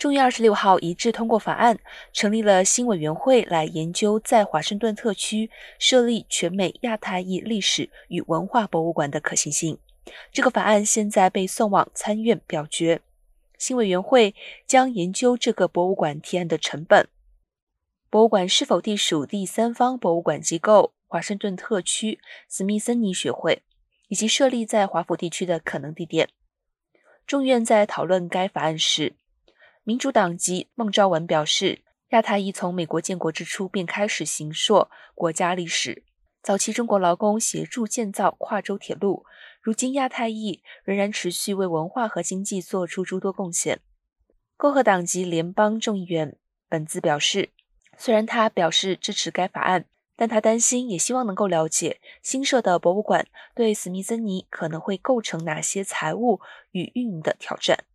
众议26号一致通过法案，成立了新委员会来研究在华盛顿特区设立全美亚太裔历史与文化博物馆的可行性。这个法案现在被送往参院表决。新委员会将研究这个博物馆提案的成本，博物馆是否隶属第三方博物馆机构华盛顿特区史密森尼学会，以及设立在华府地区的可能地点。众院在讨论该法案时，民主党籍孟昭文表示，亚太裔从美国建国之初便开始形塑国家历史。早期中国劳工协助建造跨洲铁路，如今亚太裔仍然持续为文化和经济做出诸多贡献。共和党籍联邦众议员本兹表示，虽然他表示支持该法案，但他担心也希望能够了解新设的博物馆对史密森尼可能会构成哪些财务与运营的挑战。